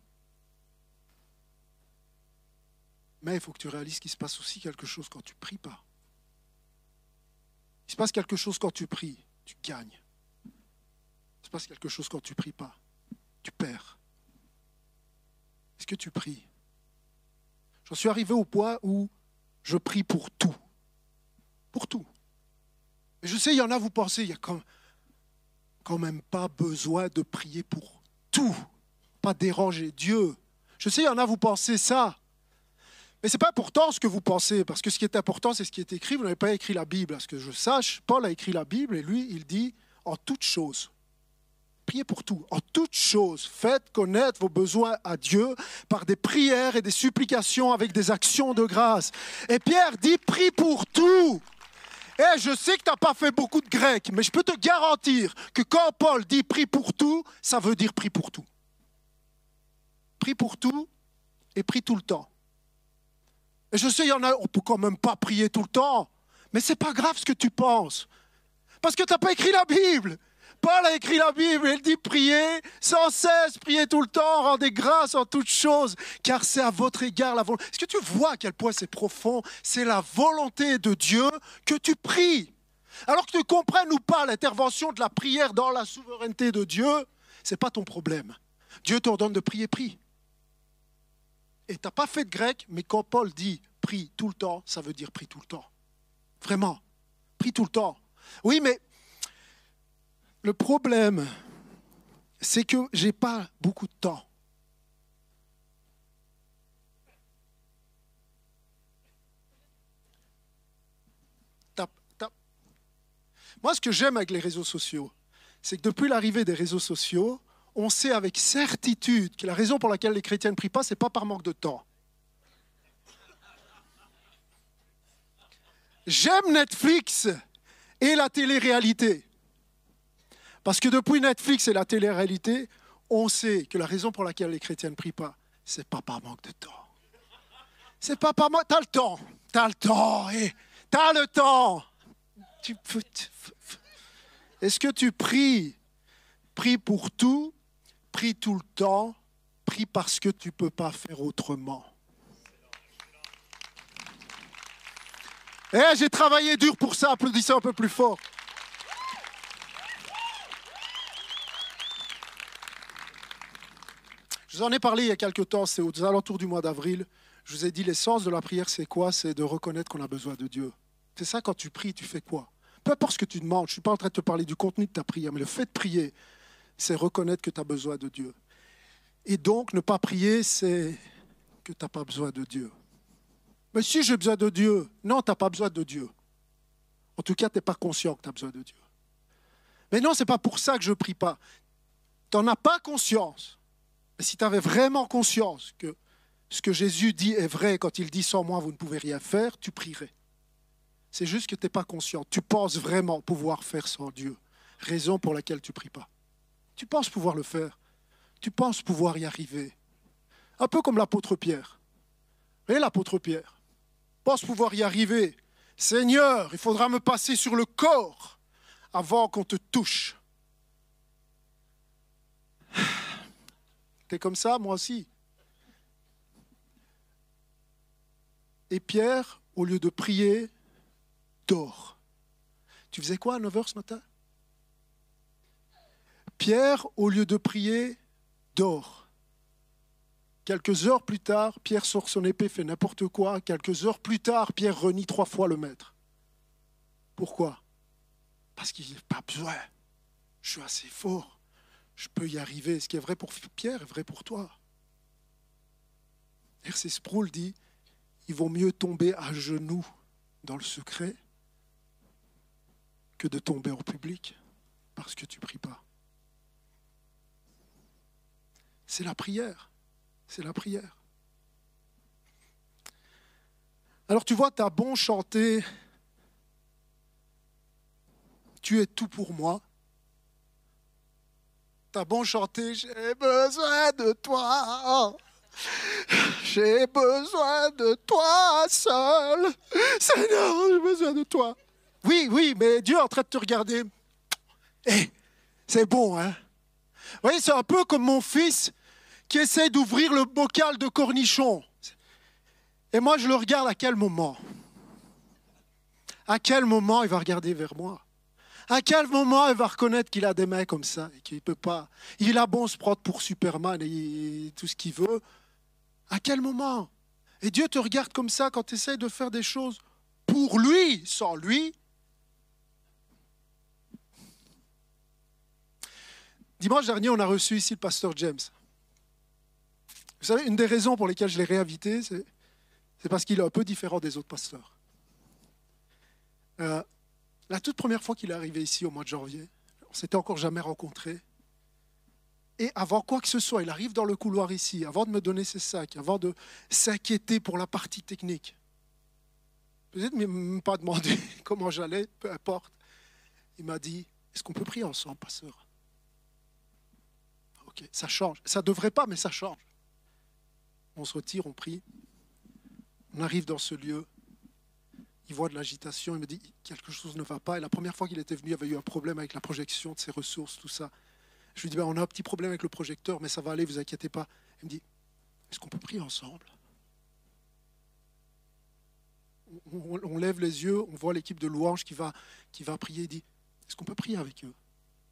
Mais il faut que tu réalises qu'il se passe aussi quelque chose quand tu ne pries pas. Il se passe quelque chose quand tu pries, tu gagnes. Il se passe quelque chose quand tu ne pries pas, tu perds. Est-ce que tu pries? J'en suis arrivé au point où je prie pour tout. Pour tout. Et je sais, il y en a, vous pensez, il n'y a quand même pas besoin de prier pour tout. Pas déranger Dieu. Je sais, il y en a, vous pensez ça. Mais ce n'est pas important ce que vous pensez, parce que ce qui est important, c'est ce qui est écrit. Vous n'avez pas écrit la Bible. À ce que je sache, Paul a écrit la Bible et lui, il dit « en toutes choses ». Priez pour tout. En toutes choses, faites connaître vos besoins à Dieu par des prières et des supplications avec des actions de grâce. Et Pierre dit « prie pour tout ». Et je sais que tu n'as pas fait beaucoup de grec, mais je peux te garantir que quand Paul dit « prie pour tout », ça veut dire « prie pour tout ». Prie pour tout et prie tout le temps. Et je sais, il y en a, on ne peut quand même pas prier tout le temps. Mais ce n'est pas grave ce que tu penses. Parce que tu n'as pas écrit la Bible. Paul a écrit la Bible et il dit priez sans cesse, priez tout le temps, rendez grâce en toutes choses, car c'est à votre égard la volonté. Est-ce que tu vois à quel point c'est profond? C'est la volonté de Dieu que tu pries. Alors que tu comprennes ou pas l'intervention de la prière dans la souveraineté de Dieu, ce n'est pas ton problème. Dieu t'ordonne de prier, prie. Et tu n'as pas fait de grec, mais quand Paul dit « prie tout le temps », ça veut dire « prie tout le temps ». Vraiment, prie tout le temps. Oui, mais le problème, c'est que je n'ai pas beaucoup de temps. Moi, ce que j'aime avec les réseaux sociaux, c'est que depuis l'arrivée des réseaux sociaux, on sait avec certitude que la raison pour laquelle les chrétiens ne prient pas, ce n'est pas par manque de temps. J'aime Netflix et la télé-réalité. Parce que depuis Netflix et la télé-réalité, on sait que la raison pour laquelle les chrétiens ne prient pas, c'est pas par manque de temps. C'est pas par manque... T'as le temps, t'as le temps. Est-ce que tu pries? Prie pour tout, prie tout le temps, prie parce que tu ne peux pas faire autrement. J'ai travaillé dur pour ça, applaudissez un peu plus fort. Je vous en ai parlé il y a quelque temps, c'est aux alentours du mois d'avril. Je vous ai dit, l'essence de la prière, c'est quoi? C'est de reconnaître qu'on a besoin de Dieu. C'est ça, quand tu pries, tu fais quoi? Peu importe ce que tu demandes, je ne suis pas en train de te parler du contenu de ta prière, mais le fait de prier, c'est reconnaître que tu as besoin de Dieu. Et donc, ne pas prier, c'est que tu n'as pas besoin de Dieu. Mais si j'ai besoin de Dieu, non, tu n'as pas besoin de Dieu. En tout cas, tu n'es pas conscient que tu as besoin de Dieu. Mais non, ce n'est pas pour ça que je ne prie pas. Tu n'en as pas conscience. Mais si tu avais vraiment conscience que ce que Jésus dit est vrai, quand il dit « sans moi, vous ne pouvez rien faire », tu prierais. C'est juste que tu n'es pas conscient. Tu penses vraiment pouvoir faire sans Dieu. Raison pour laquelle tu ne pries pas. Tu penses pouvoir le faire. Tu penses pouvoir y arriver. Un peu comme l'apôtre Pierre. Vous voyez l'apôtre Pierre? Pense pouvoir y arriver. Seigneur, il faudra me passer sur le corps avant qu'on te touche. T'es comme ça, moi aussi. Et Pierre, au lieu de prier, dort. Tu faisais quoi à 9h ce matin? Pierre, au lieu de prier, dort. Quelques heures plus tard, Pierre sort son épée, fait n'importe quoi. Quelques heures plus tard, Pierre renie 3 fois le maître. Pourquoi? Parce qu'il n'a pas besoin. Je suis assez fort. Je peux y arriver. Ce qui est vrai pour Pierre est vrai pour toi. R.C. Sproul dit, il vaut mieux tomber à genoux dans le secret que de tomber en public parce que tu ne pries pas. C'est la prière. C'est la prière. Alors tu vois, tu as bon chanter « Tu es tout pour moi ». Tu as bon chanter « J'ai besoin de toi ». J'ai besoin de toi seul. Seigneur, j'ai besoin de toi. Oui, mais Dieu est en train de te regarder. C'est bon, hein? Vous voyez, c'est un peu comme mon fils qui essaie d'ouvrir le bocal de cornichons. Et moi, je le regarde à quel moment? À quel moment il va regarder vers moi? À quel moment il va reconnaître qu'il a des mains comme ça et qu'il ne peut pas? Il a bon se prendre pour Superman et tout ce qu'il veut. À quel moment? Et Dieu te regarde comme ça quand tu essaies de faire des choses pour lui, sans lui. Dimanche dernier, on a reçu ici le pasteur James. Vous savez, une des raisons pour lesquelles je l'ai réinvité, c'est parce qu'il est un peu différent des autres pasteurs. La toute première fois qu'il est arrivé ici au mois de janvier, on ne s'était encore jamais rencontrés. Et avant quoi que ce soit, il arrive dans le couloir ici, avant de me donner ses sacs, avant de s'inquiéter pour la partie technique. Peut-être même pas demander comment j'allais, peu importe. Il m'a dit, est-ce qu'on peut prier ensemble, pasteur? Ok, ça change. Ça ne devrait pas, mais ça change. On se retire, on prie. On arrive dans ce lieu. Il voit de l'agitation, il me dit, quelque chose ne va pas. Et la première fois qu'il était venu, il avait eu un problème avec la projection de ses ressources, tout ça. Je lui dis, on a un petit problème avec le projecteur, mais ça va aller, vous inquiétez pas. Il me dit, est-ce qu'on peut prier ensemble? On lève les yeux, on voit l'équipe de louanges qui va prier. Il dit, est-ce qu'on peut prier avec eux?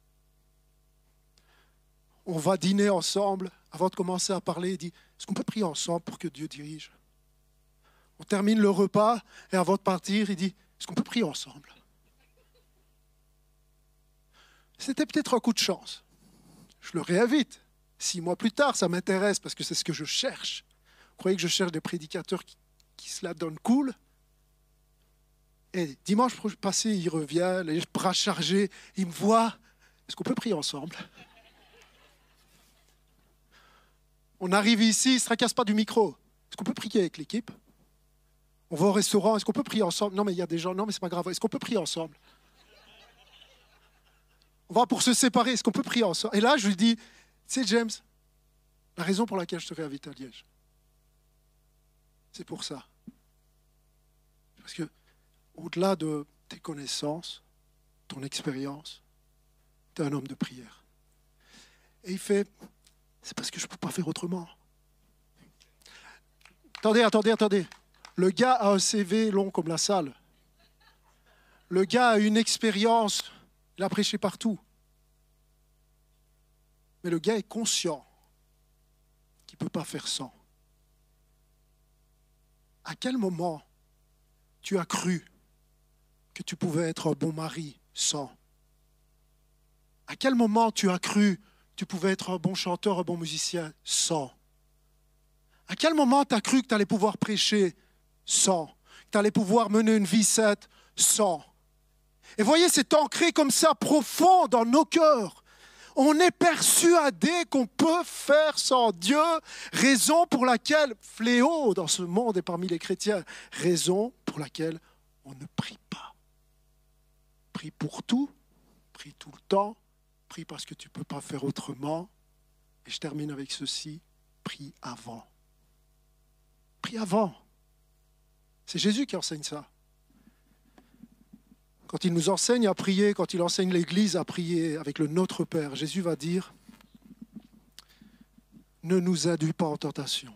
On va dîner ensemble. Avant de commencer à parler, il dit, est-ce qu'on peut prier ensemble pour que Dieu dirige? On termine le repas et avant de partir, il dit, est-ce qu'on peut prier ensemble? C'était peut-être un coup de chance. Je le réinvite. 6 mois plus tard, ça m'intéresse parce que c'est ce que je cherche. Vous croyez que je cherche des prédicateurs qui se la donnent cool? Et dimanche passé, il revient, les bras chargés, il me voit. Est-ce qu'on peut prier ensemble? On arrive ici, il ne se tracasse pas du micro. Est-ce qu'on peut prier avec l'équipe? On va au restaurant, est-ce qu'on peut prier ensemble? Non, mais il y a des gens, non, mais c'est pas grave. Est-ce qu'on peut prier ensemble? On va pour se séparer. Est-ce qu'on peut prier ensemble? Et là, je lui dis, tu sais, James, la raison pour laquelle je te réinvite à Liège, c'est pour ça. Parce que, au-delà de tes connaissances, ton expérience, tu es un homme de prière. Et il fait, c'est parce que je ne peux pas faire autrement. Attendez. Le gars a un CV long comme la salle. Le gars a une expérience, il a prêché partout. Mais le gars est conscient qu'il ne peut pas faire sans. À quel moment tu as cru que tu pouvais être un bon mari sans? À quel moment tu as cru que tu pouvais être un bon chanteur, un bon musicien sans? À quel moment tu as cru que tu allais pouvoir prêcher sans? Que tu allais pouvoir mener une vie sainte sans? Et voyez, c'est ancré comme ça, profond dans nos cœurs. On est persuadé qu'on peut faire sans Dieu, raison pour laquelle, fléau dans ce monde et parmi les chrétiens, raison pour laquelle on ne prie pas. Prie pour tout, prie tout le temps, prie parce que tu ne peux pas faire autrement. Et je termine avec ceci, prie avant. Prie avant. C'est Jésus qui enseigne ça. Quand il nous enseigne à prier, quand il enseigne l'Église à prier avec le Notre Père, Jésus va dire « Ne nous induis pas en tentation,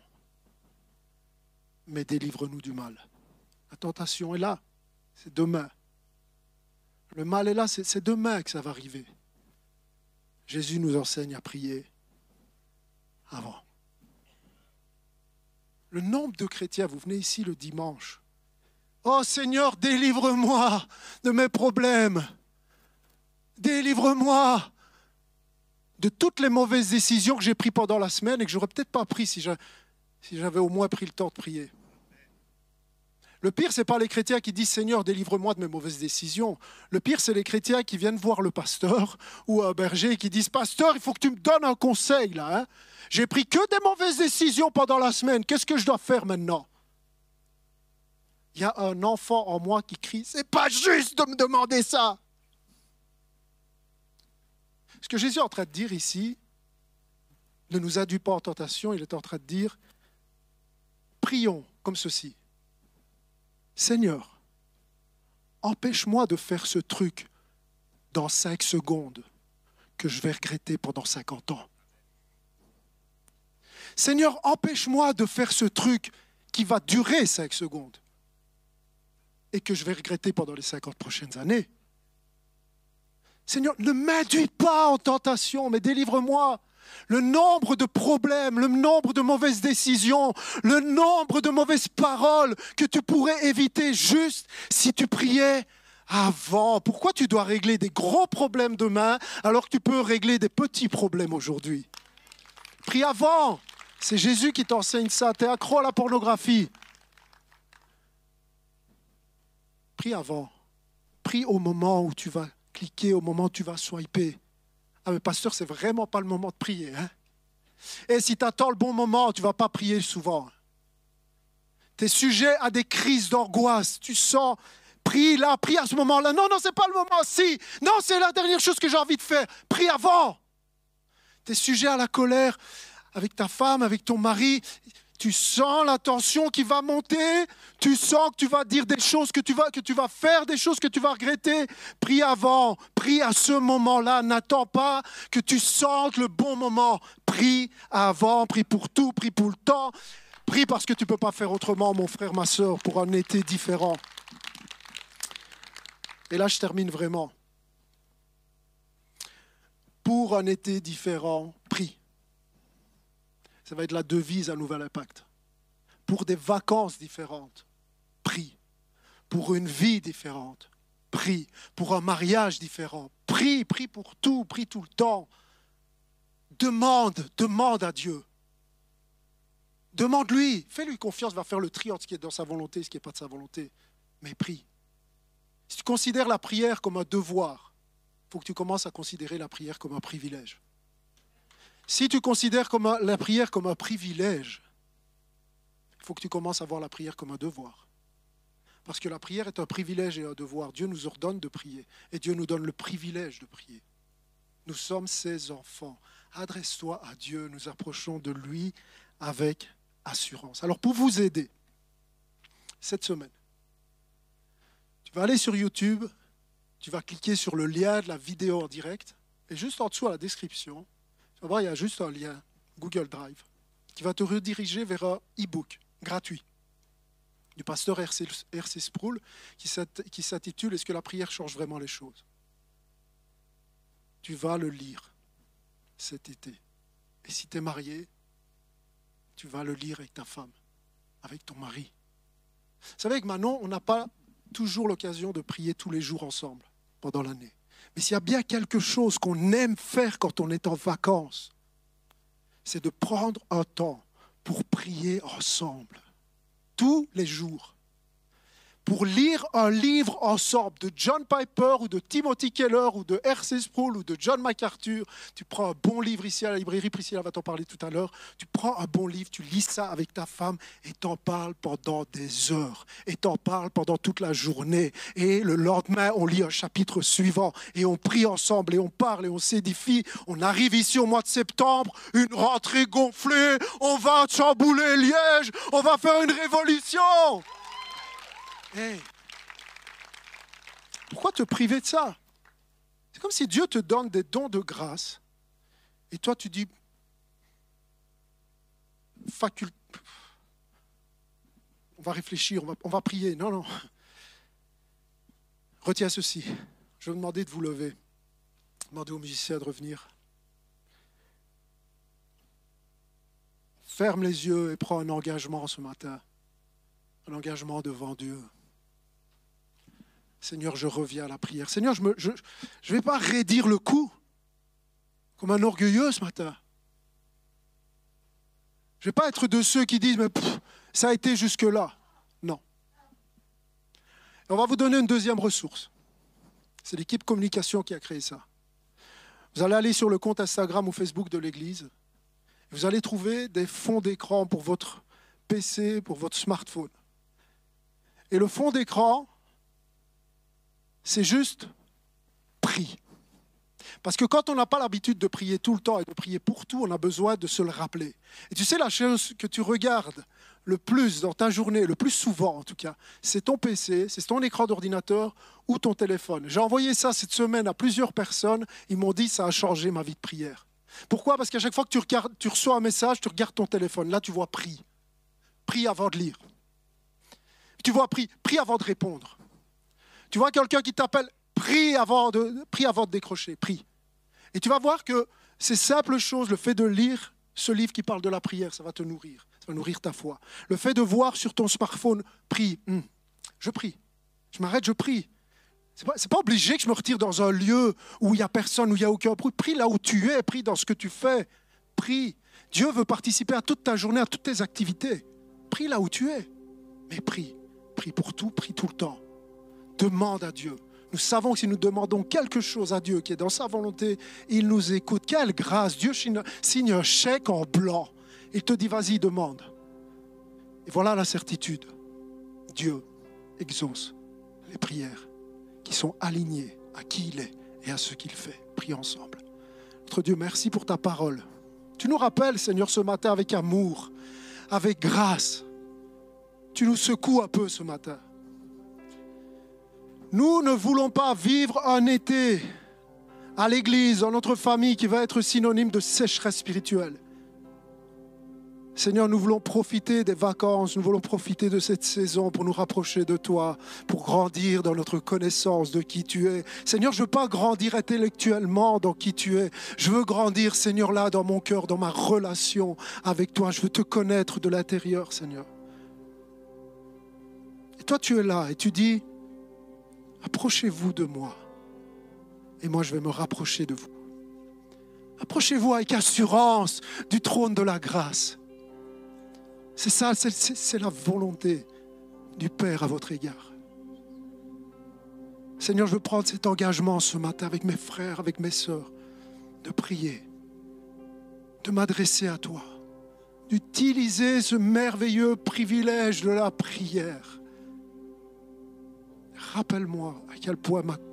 mais délivre-nous du mal. » La tentation est là, c'est demain. Le mal est là, c'est demain que ça va arriver. Jésus nous enseigne à prier avant. Le nombre de chrétiens, vous venez ici le dimanche, oh Seigneur, délivre-moi de mes problèmes. Délivre-moi de toutes les mauvaises décisions que j'ai prises pendant la semaine et que je n'aurais peut-être pas pris si j'avais au moins pris le temps de prier. Le pire, ce n'est pas les chrétiens qui disent « Seigneur, délivre-moi de mes mauvaises décisions ». Le pire, c'est les chrétiens qui viennent voir le pasteur ou un berger et qui disent « Pasteur, il faut que tu me donnes un conseil là. Hein. J'ai pris que des mauvaises décisions pendant la semaine. Qu'est-ce que je dois faire maintenant ?» Il y a un enfant en moi qui crie « C'est pas juste de me demander ça !» Ce que Jésus est en train de dire ici ne nous induit pas en tentation, il est en train de dire « Prions comme ceci. Seigneur, empêche-moi de faire ce truc dans 5 secondes que je vais regretter pendant 50 ans. Seigneur, empêche-moi de faire ce truc qui va durer 5 secondes et que je vais regretter pendant les 50 prochaines années. Seigneur, ne m'induis pas en tentation, mais délivre-moi. Le nombre de problèmes, le nombre de mauvaises décisions, le nombre de mauvaises paroles que tu pourrais éviter juste si tu priais avant. Pourquoi tu dois régler des gros problèmes demain alors que tu peux régler des petits problèmes aujourd'hui? Prie avant. C'est Jésus qui t'enseigne ça. Tu es accro à la pornographie. Prie avant. Prie au moment où tu vas cliquer, au moment où tu vas swiper. Ah mais pasteur, c'est vraiment pas le moment de prier. Hein? Et si tu attends le bon moment, tu ne vas pas prier souvent. Tu es sujet à des crises d'angoisse. Tu sens, prie là, prie à ce moment-là. Non, ce n'est pas le moment. Si, non, c'est la dernière chose que j'ai envie de faire. Prie avant. Tu es sujet à la colère avec ta femme, avec ton mari. Tu sens la tension qui va monter. Tu sens que tu vas dire des choses, que tu vas faire des choses que tu vas regretter. Prie avant, prie à ce moment-là. N'attends pas que tu sentes le bon moment. Prie avant, prie pour tout, prie pour le temps. Prie parce que tu ne peux pas faire autrement, mon frère, ma soeur, pour un été différent. Et là, je termine vraiment. Pour un été différent, prie. Ça va être la devise à Nouvel Impact. Pour des vacances différentes, prie. Pour une vie différente, prie. Pour un mariage différent, prie. Prie pour tout, prie tout le temps. Demande à Dieu. Demande-lui, fais-lui confiance, va faire le tri entre ce qui est dans sa volonté et ce qui n'est pas de sa volonté. Mais prie. Si tu considères la prière comme un devoir, il faut que tu commences à considérer la prière comme un privilège. Si tu considères la prière comme un privilège, il faut que tu commences à voir la prière comme un devoir. Parce que la prière est un privilège et un devoir. Dieu nous ordonne de prier et Dieu nous donne le privilège de prier. Nous sommes ses enfants. Adresse-toi à Dieu. Nous approchons de lui avec assurance. Alors pour vous aider, cette semaine, tu vas aller sur YouTube, tu vas cliquer sur le lien de la vidéo en direct, et juste en dessous à la description, tu vas voir, il y a juste un lien, Google Drive, qui va te rediriger vers un e-book gratuit du pasteur R.C. Sproul qui s'intitule « Est-ce que la prière change vraiment les choses ?» Tu vas le lire cet été. Et si tu es marié, tu vas le lire avec ta femme, avec ton mari. Vous savez, avec Manon, on n'a pas toujours l'occasion de prier tous les jours ensemble pendant l'année. Mais s'il y a bien quelque chose qu'on aime faire quand on est en vacances, c'est de prendre un temps pour prier ensemble, tous les jours, pour lire un livre ensemble de John Piper ou de Timothy Keller ou de R.C. Sproul ou de John MacArthur. Tu prends un bon livre ici à la librairie, Priscilla va t'en parler tout à l'heure. Tu prends un bon livre, tu lis ça avec ta femme et t'en parles pendant des heures. Et t'en parles pendant toute la journée. Et le lendemain, on lit un chapitre suivant et on prie ensemble et on parle et on s'édifie. On arrive ici au mois de septembre, une rentrée gonflée, on va chambouler Liège, on va faire une révolution. Hey, pourquoi te priver de ça? C'est comme si Dieu te donne des dons de grâce et toi tu dis on va réfléchir, on va prier. Non, non. Retiens ceci. Je vais vous demander de vous lever. Demandez aux musiciens de revenir. Ferme les yeux et prends un engagement ce matin. Un engagement devant Dieu. Seigneur, je reviens à la prière. Seigneur, je ne vais pas raidir le coup comme un orgueilleux ce matin. Je ne vais pas être de ceux qui disent, mais ça a été jusque-là. Non. Et on va vous donner une deuxième ressource. C'est l'équipe communication qui a créé ça. Vous allez aller sur le compte Instagram ou Facebook de l'Église. Vous allez trouver des fonds d'écran pour votre PC, pour votre smartphone. Et le fond d'écran, c'est juste prie. Parce que quand on n'a pas l'habitude de prier tout le temps et de prier pour tout, on a besoin de se le rappeler. Et tu sais, la chose que tu regardes le plus dans ta journée, le plus souvent en tout cas, c'est ton PC, c'est ton écran d'ordinateur ou ton téléphone. J'ai envoyé ça cette semaine à plusieurs personnes, ils m'ont dit ça a changé ma vie de prière. Pourquoi? Parce qu'à chaque fois que tu reçois un message, tu regardes ton téléphone. Là, tu vois prie. Prie avant de lire. Tu vois prie avant de répondre. Tu vois quelqu'un qui t'appelle, prie avant de décrocher, prie. Et tu vas voir que ces simples choses, le fait de lire ce livre qui parle de la prière, ça va te nourrir, ça va nourrir ta foi. Le fait de voir sur ton smartphone, prie, je prie, je m'arrête, je prie. C'est pas obligé que je me retire dans un lieu où il n'y a personne, où il n'y a aucun bruit. Prie là où tu es, prie dans ce que tu fais, prie. Dieu veut participer à toute ta journée, à toutes tes activités. Prie là où tu es, mais prie. Prie pour tout, prie tout le temps. Demande à Dieu. Nous savons que si nous demandons quelque chose à Dieu qui est dans sa volonté, il nous écoute. Quelle grâce! Dieu signe un chèque en blanc. Il te dit, vas-y, demande. Et voilà la certitude. Dieu exauce les prières qui sont alignées à qui il est et à ce qu'il fait. Prions ensemble. Notre Dieu, merci pour ta parole. Tu nous rappelles, Seigneur, ce matin avec amour, avec grâce. Tu nous secoues un peu ce matin. Nous ne voulons pas vivre un été à l'église, dans notre famille, qui va être synonyme de sécheresse spirituelle. Seigneur, nous voulons profiter des vacances, nous voulons profiter de cette saison pour nous rapprocher de toi, pour grandir dans notre connaissance de qui tu es. Seigneur, je ne veux pas grandir intellectuellement dans qui tu es. Je veux grandir, Seigneur, là, dans mon cœur, dans ma relation avec toi. Je veux te connaître de l'intérieur, Seigneur. Et toi, tu es là et tu dis, approchez-vous de moi et moi je vais me rapprocher de vous. Approchez-vous avec assurance du trône de la grâce. C'est ça, c'est la volonté du Père à votre égard. Seigneur, je veux prendre cet engagement ce matin avec mes frères, avec mes sœurs, de prier, de m'adresser à toi, d'utiliser ce merveilleux privilège de la prière. Rappelle-moi à quel point ma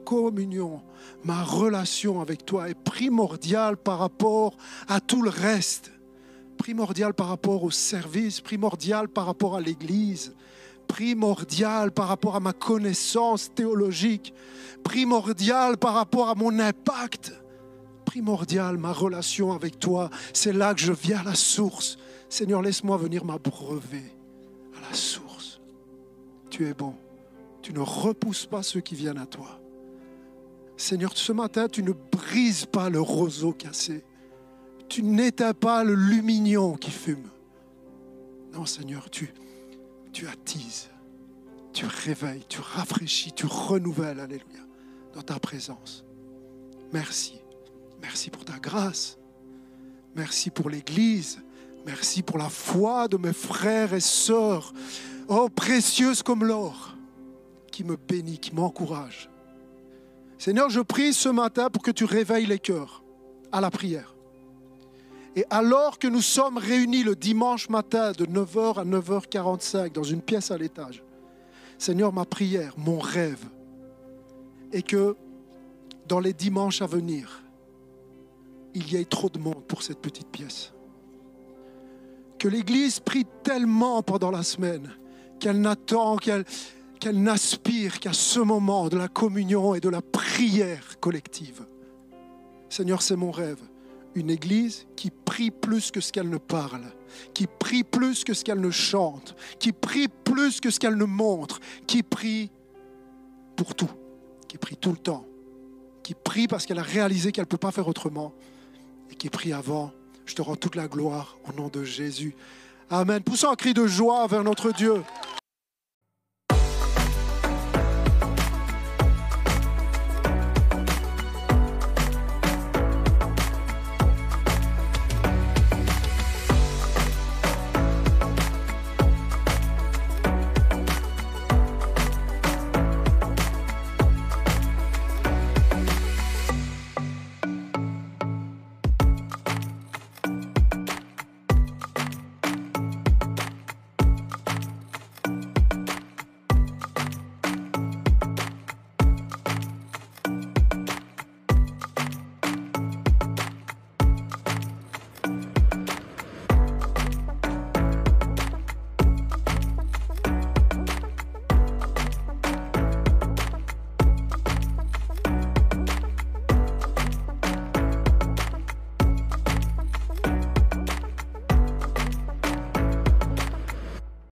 communion, ma relation avec toi est primordiale par rapport à tout le reste. Primordiale par rapport au service, primordiale par rapport à l'Église, primordiale par rapport à ma connaissance théologique, primordiale par rapport à mon impact, primordiale ma relation avec toi. C'est là que je viens à la source. Seigneur, laisse-moi venir m'abreuver à la source. Tu es bon. Tu ne repousses pas ceux qui viennent à toi. Seigneur, ce matin, tu ne brises pas le roseau cassé. Tu n'éteins pas le lumignon qui fume. Non, Seigneur, tu attises, tu réveilles, tu rafraîchis, tu renouvelles, alléluia, dans ta présence. Merci. Merci pour ta grâce. Merci pour l'Église. Merci pour la foi de mes frères et sœurs, oh, précieuse comme l'or, qui me bénit, qui m'encourage. Seigneur, je prie ce matin pour que tu réveilles les cœurs à la prière. Et alors que nous sommes réunis le dimanche matin de 9h à 9h45 dans une pièce à l'étage, Seigneur, ma prière, mon rêve est que dans les dimanches à venir, il y ait trop de monde pour cette petite pièce. Que l'Église prie tellement pendant la semaine qu'elle n'attend, qu'elle n'aspire qu'à ce moment de la communion et de la prière collective. Seigneur, c'est mon rêve. Une Église qui prie plus que ce qu'elle ne parle, qui prie plus que ce qu'elle ne chante, qui prie plus que ce qu'elle ne montre, qui prie pour tout, qui prie tout le temps, qui prie parce qu'elle a réalisé qu'elle ne peut pas faire autrement et qui prie avant. Je te rends toute la gloire au nom de Jésus. Amen. Poussons un cri de joie vers notre Dieu.